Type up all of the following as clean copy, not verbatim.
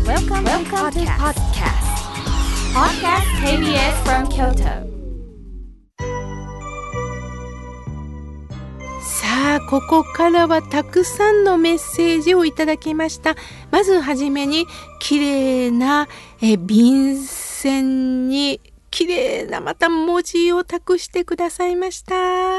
Welcome to podcast. Podcast KBS from Kyoto. さあ、ここからはたくさんのメッセージをいただきました。まずはじめに綺麗な便箋に綺麗なまた文字を託してくださいました。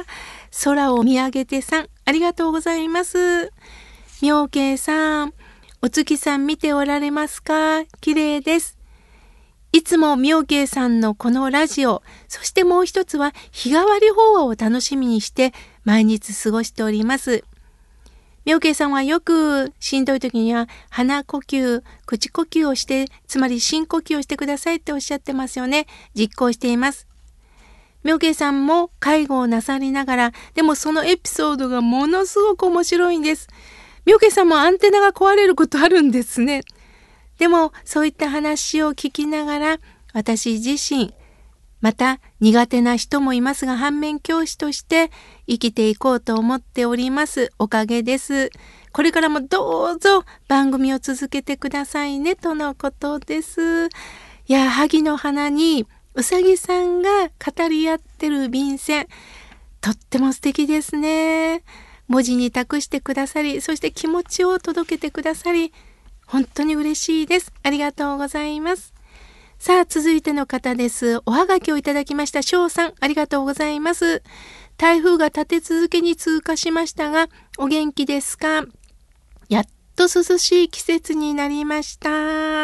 空を見上げてさん、ありがとうございます。妙慶さん、お月さん見ておられますか？綺麗です。いつも妙慶さんのこのラジオ、そしてもう一つは日替わり法話を楽しみにして毎日過ごしております。妙慶さんはよくしんどい時には鼻呼吸、口呼吸をして、つまり深呼吸をしてくださいっておっしゃってますよね。実行しています。妙慶さんも介護をなさりながら、でもそのエピソードがものすごく面白いんです。妙慶さんもアンテナが壊れることあるんですね。でもそういった話を聞きながら、私自身、また苦手な人もいますが、反面教師として生きていこうと思っております。おかげです。これからもどうぞ番組を続けてくださいねとのことです。いや、萩の花にうさぎさんが語り合ってる便箋、とっても素敵ですね。文字に託してくださり、そして気持ちを届けてくださり、本当に嬉しいです。ありがとうございます。さあ、続いての方です。おはがきをいただきました翔さん、ありがとうございます。台風が立て続けに通過しましたが、お元気ですか？やっと涼しい季節になりました。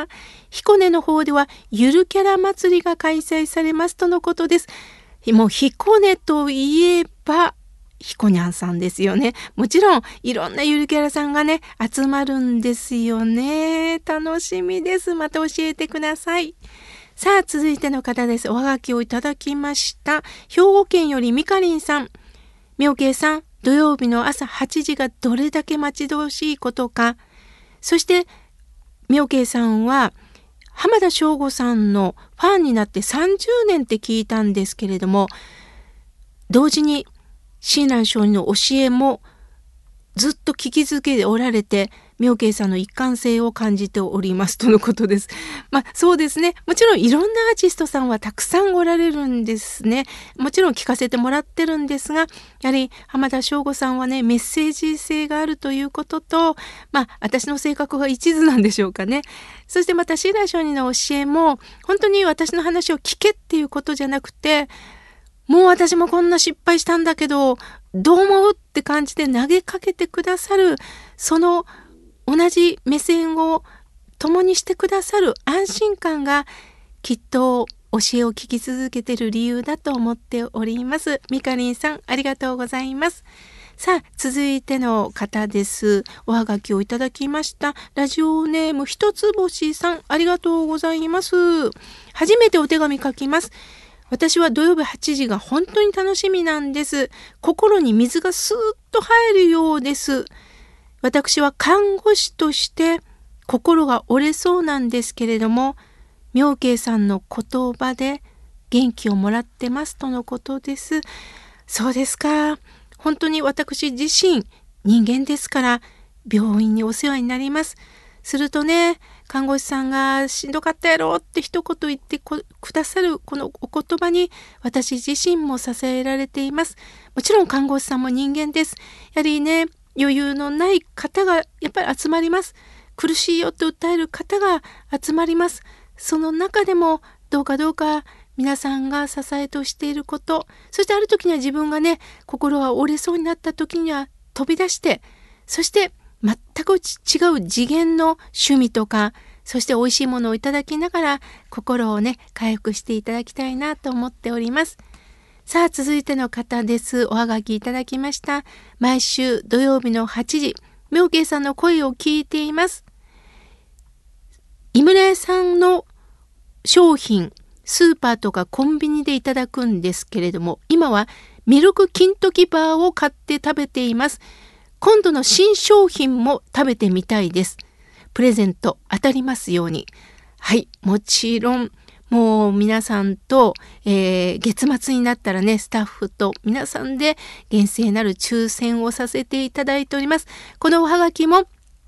彦根の方ではゆるキャラ祭りが開催されますとのことです。もう彦根といえばひこにゃんさんですよね。もちろんいろんなゆるキャラさんがね集まるんですよね。楽しみです。また教えてください。さあ、続いての方です。おはがきをいただきました。兵庫県よりみかりんさん。妙慶さん、土曜日の朝8時がどれだけ待ち遠しいことか。そして妙慶さんは浜田省吾さんのファンになって30年って聞いたんですけれども、同時に親鸞上人の教えもずっと聞き続けておられて、妙慶さんの一貫性を感じておりますとのことです。そうですね。もちろんいろんなアーティストさんはたくさんおられるんですね。もちろん聞かせてもらってるんですが、やはり浜田省吾さんはね、メッセージ性があるということと、私の性格が一途なんでしょうかね。そしてまた親鸞上人の教えも、本当に私の話を聞けっていうことじゃなくて、もう私もこんな失敗したんだけど、どう思うって感じで投げかけてくださる、その同じ目線を共にしてくださる安心感がきっと教えを聞き続けている理由だと思っております。みかりんさん、ありがとうございます。さあ、続いての方です。おはがきをいただきました。ラジオネームひとつぼしさん、ありがとうございます。初めてお手紙書きます。私は土曜日8時が本当に楽しみなんです。心に水がスーッと入るようです。私は看護師として心が折れそうなんですけれども、妙慶さんの言葉で元気をもらってますとのことです。そうですか。本当に私自身人間ですから病院にお世話になります。するとね、看護師さんがしんどかったやろって一言言ってくださるこのお言葉に私自身も支えられています。もちろん看護師さんも人間です。やはりね、余裕のない方がやっぱり集まります。苦しいよって訴える方が集まります。その中でもどうか皆さんが支えとしていること、そしてある時には自分がね、心が折れそうになった時には飛び出して、そして全く違う次元の趣味とか、そして美味しいものをいただきながら心をね、回復していただきたいなと思っております。さあ、続いての方です。おはがきいただきました。毎週土曜日の8時、妙慶さんの声を聞いています。井村屋さんの商品、スーパーとかコンビニでいただくんですけれども、今はミルク金時バーを買って食べています。今度の新商品も食べてみたいです。プレゼント当たりますように。はい、もちろんもう皆さんと、月末になったらね、スタッフと皆さんで厳正なる抽選をさせていただいております。このおはがきも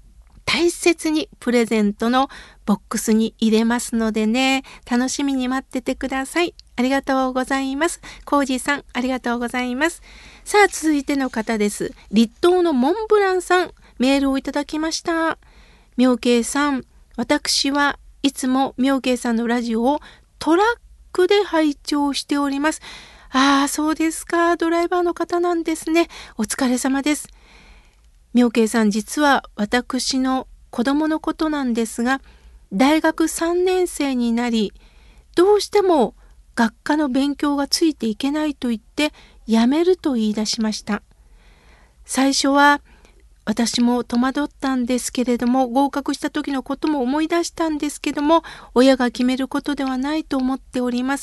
大切にプレゼントのボックスに入れますのでね、楽しみに待っててください。ありがとうございます。コージーさん、ありがとうございます。さあ、続いての方です。立東のモンブランさん、メールをいただきました。妙慶さん、私はいつも妙慶さんのラジオをトラックで拝聴しております。ああ、そうですか。ドライバーの方なんですね。お疲れ様です。妙慶さん、実は私の子供のことなんですが、大学3年生になり、どうしても学科の勉強がついていけないと言って辞めると言い出しました。最初は私も戸惑ったんですけれども、合格した時のことも思い出したんですけども、親が決めることではないと思っております。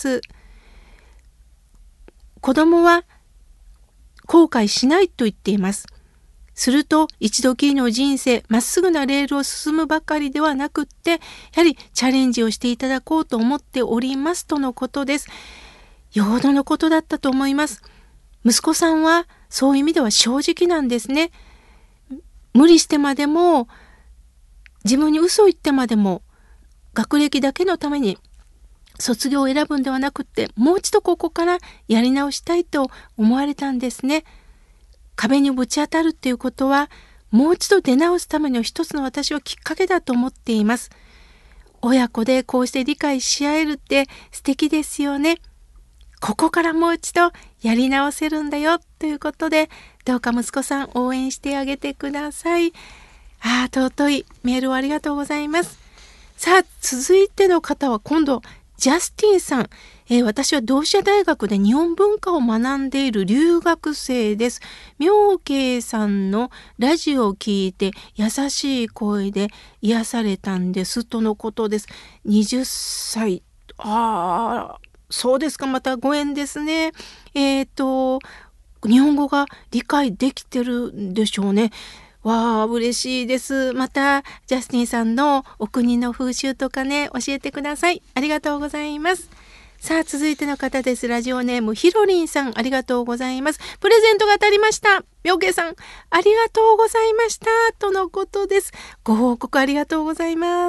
子供は後悔しないと言っています。すると一度きりの人生、まっすぐなレールを進むばかりではなくって、やはりチャレンジをしていただこうと思っておりますとのことです。よほどのことだったと思います。息子さんはそういう意味では正直なんですね。無理してまでも、自分に嘘を言ってまでも、学歴だけのために卒業を選ぶんではなくって、もう一度ここからやり直したいと思われたんですね。壁にぶち当たるっていうことは、もう一度出直すための一つの私はきっかけだと思っています。親子でこうして理解し合えるって素敵ですよね。ここからもう一度やり直せるんだよということで、どうか息子さん応援してあげてください。尊いメールをありがとうございます。さあ、続いての方は今度、ジャスティンさん。私は同志社大学で日本文化を学んでいる留学生です。妙慶さんのラジオを聞いて優しい声で癒されたんですとのことです。20歳。そうですか。またご縁ですね。日本語が理解できてるんでしょうね。わあ、嬉しいです。また、ジャスティンさんのお国の風習とかね、教えてください。ありがとうございます。さあ、続いての方です。ラジオネーム、ひろりんさん、ありがとうございます。プレゼントが当たりました。妙慶さん、ありがとうございました。とのことです。ご報告ありがとうございます。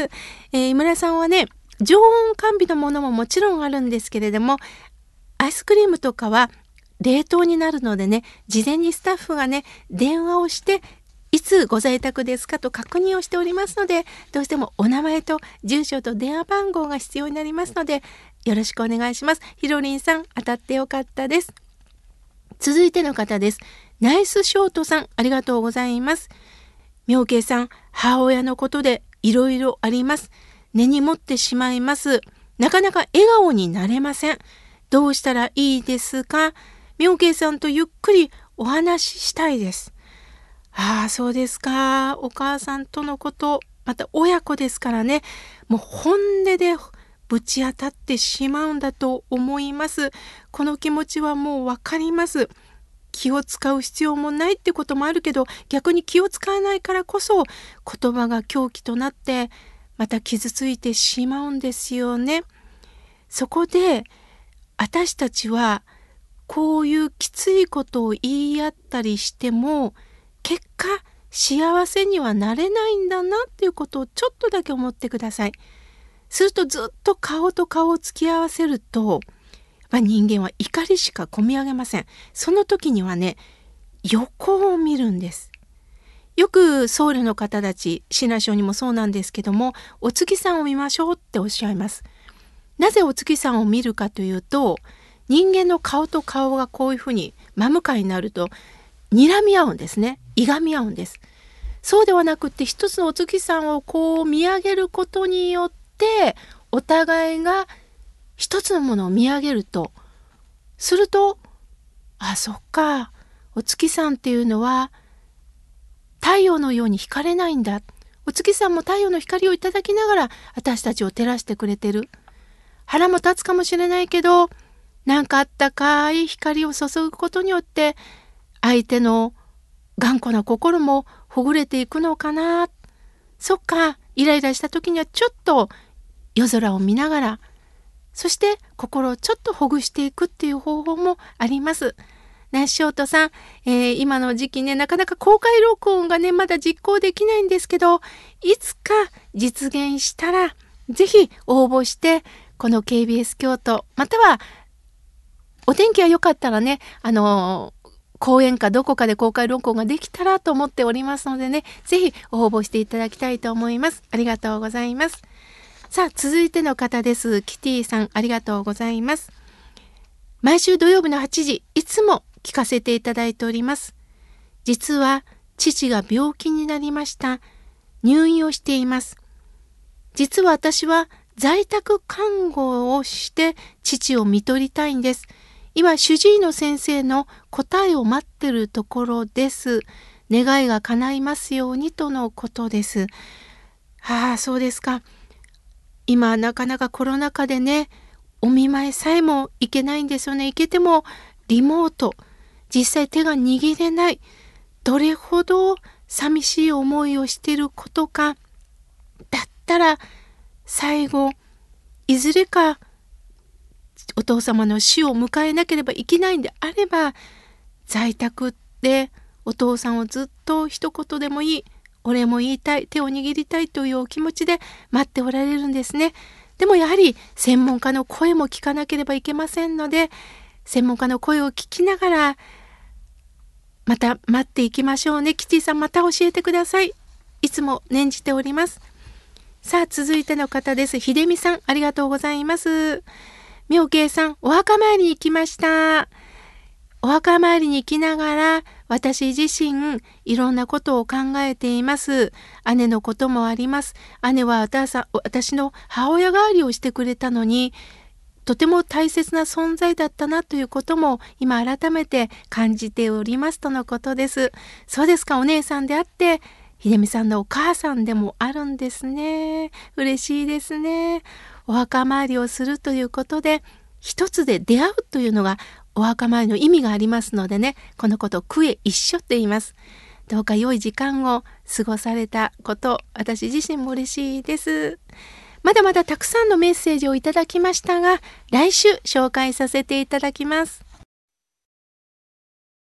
井村さんはね、常温完備のものももちろんあるんですけれども、アイスクリームとかは冷凍になるのでね、事前にスタッフがね、電話をして、いつご在宅ですかと確認をしておりますので、どうしてもお名前と住所と電話番号が必要になりますので、よろしくお願いします。ひろりんさん、当たってよかったです。続いての方です。ナイスショートさん、ありがとうございます。妙慶さん、母親のことでいろいろあります。根に持ってしまいます。なかなか笑顔になれません。どうしたらいいですか？妙慶さんとゆっくりお話ししたいです。そうですか。お母さんとのこと、また親子ですからね、もう本音でぶち当たってしまうんだと思います。この気持ちはもうわかります。気を使う必要もないってこともあるけど、逆に気を使わないからこそ言葉が凶器となってまた傷ついてしまうんですよね。そこで私たちはこういうきついことを言い合ったりしても結果幸せにはなれないんだなっていうことをちょっとだけ思ってください。するとずっと顔と顔を突き合わせると、人間は怒りしか込み上げません。その時にはね、横を見るんです。よく僧侶の方たち、親鸞聖にもそうなんですけども、お月さんを見ましょうっておっしゃいます。なぜお月さんを見るかというと、人間の顔と顔がこういうふうに真向かいになると睨み合うんですね。いがみ合うんです。そうではなくって一つのお月さんをこう見上げることによってお互いが一つのものを見上げるとすると、そっか、お月さんっていうのは太陽のように光れないんだ。お月さんも太陽の光をいただきながら私たちを照らしてくれてる。腹も立つかもしれないけど、なんかあったかい光を注ぐことによって相手の頑固な心もほぐれていくのかな。そっか、イライラした時にはちょっと夜空を見ながら、そして心をちょっとほぐしていくっていう方法もあります。 ナッショートさん、今の時期ね、なかなか公開録音がね、まだ実行できないんですけど、いつか実現したら、ぜひ応募して、この KBS 京都、または、お天気が良かったらね、公園かどこかで公開録音ができたらと思っておりますのでね、ぜひ応募していただきたいと思います。ありがとうございます。さあ、続いての方です。キティさん、ありがとうございます。毎週土曜日の8時、いつも聞かせていただいております。実は、父が病気になりました。入院をしています。実は私は在宅看護をして父を看取りたいんです。今、主治医の先生の答えを待ってるところです。願いが叶いますようにとのことです。そうですか。今、なかなかコロナ禍でね、お見舞いさえも行けないんですよね。行けてもリモート。実際手が握れない。どれほど寂しい思いをしていることか。だったら、最後、いずれか、お父様の死を迎えなければいけないんであれば、在宅でお父さんをずっと一言でもいい、お礼も言いたい、手を握りたいというお気持ちで待っておられるんですね。でもやはり専門家の声も聞かなければいけませんので、専門家の声を聞きながら、また待っていきましょうね。キティさん、また教えてください。いつも念じております。さあ、続いての方です。秀美さん、ありがとうございます。妙慶さん、お墓参りに行きました。お墓参りに行きながら、私自身、いろんなことを考えています。姉のこともあります。姉は私の母親代わりをしてくれたのに、とても大切な存在だったなということも、今改めて感じておりますとのことです。そうですか、お姉さんであって、秀美さんのお母さんでもあるんですね。嬉しいですね。お墓参りをするということで、一つで出会うというのがお墓参りの意味がありますのでね、このことを句へ一緒って言います。どうか良い時間を過ごされたこと、私自身も嬉しいです。まだまだたくさんのメッセージをいただきましたが、来週紹介させていただきます。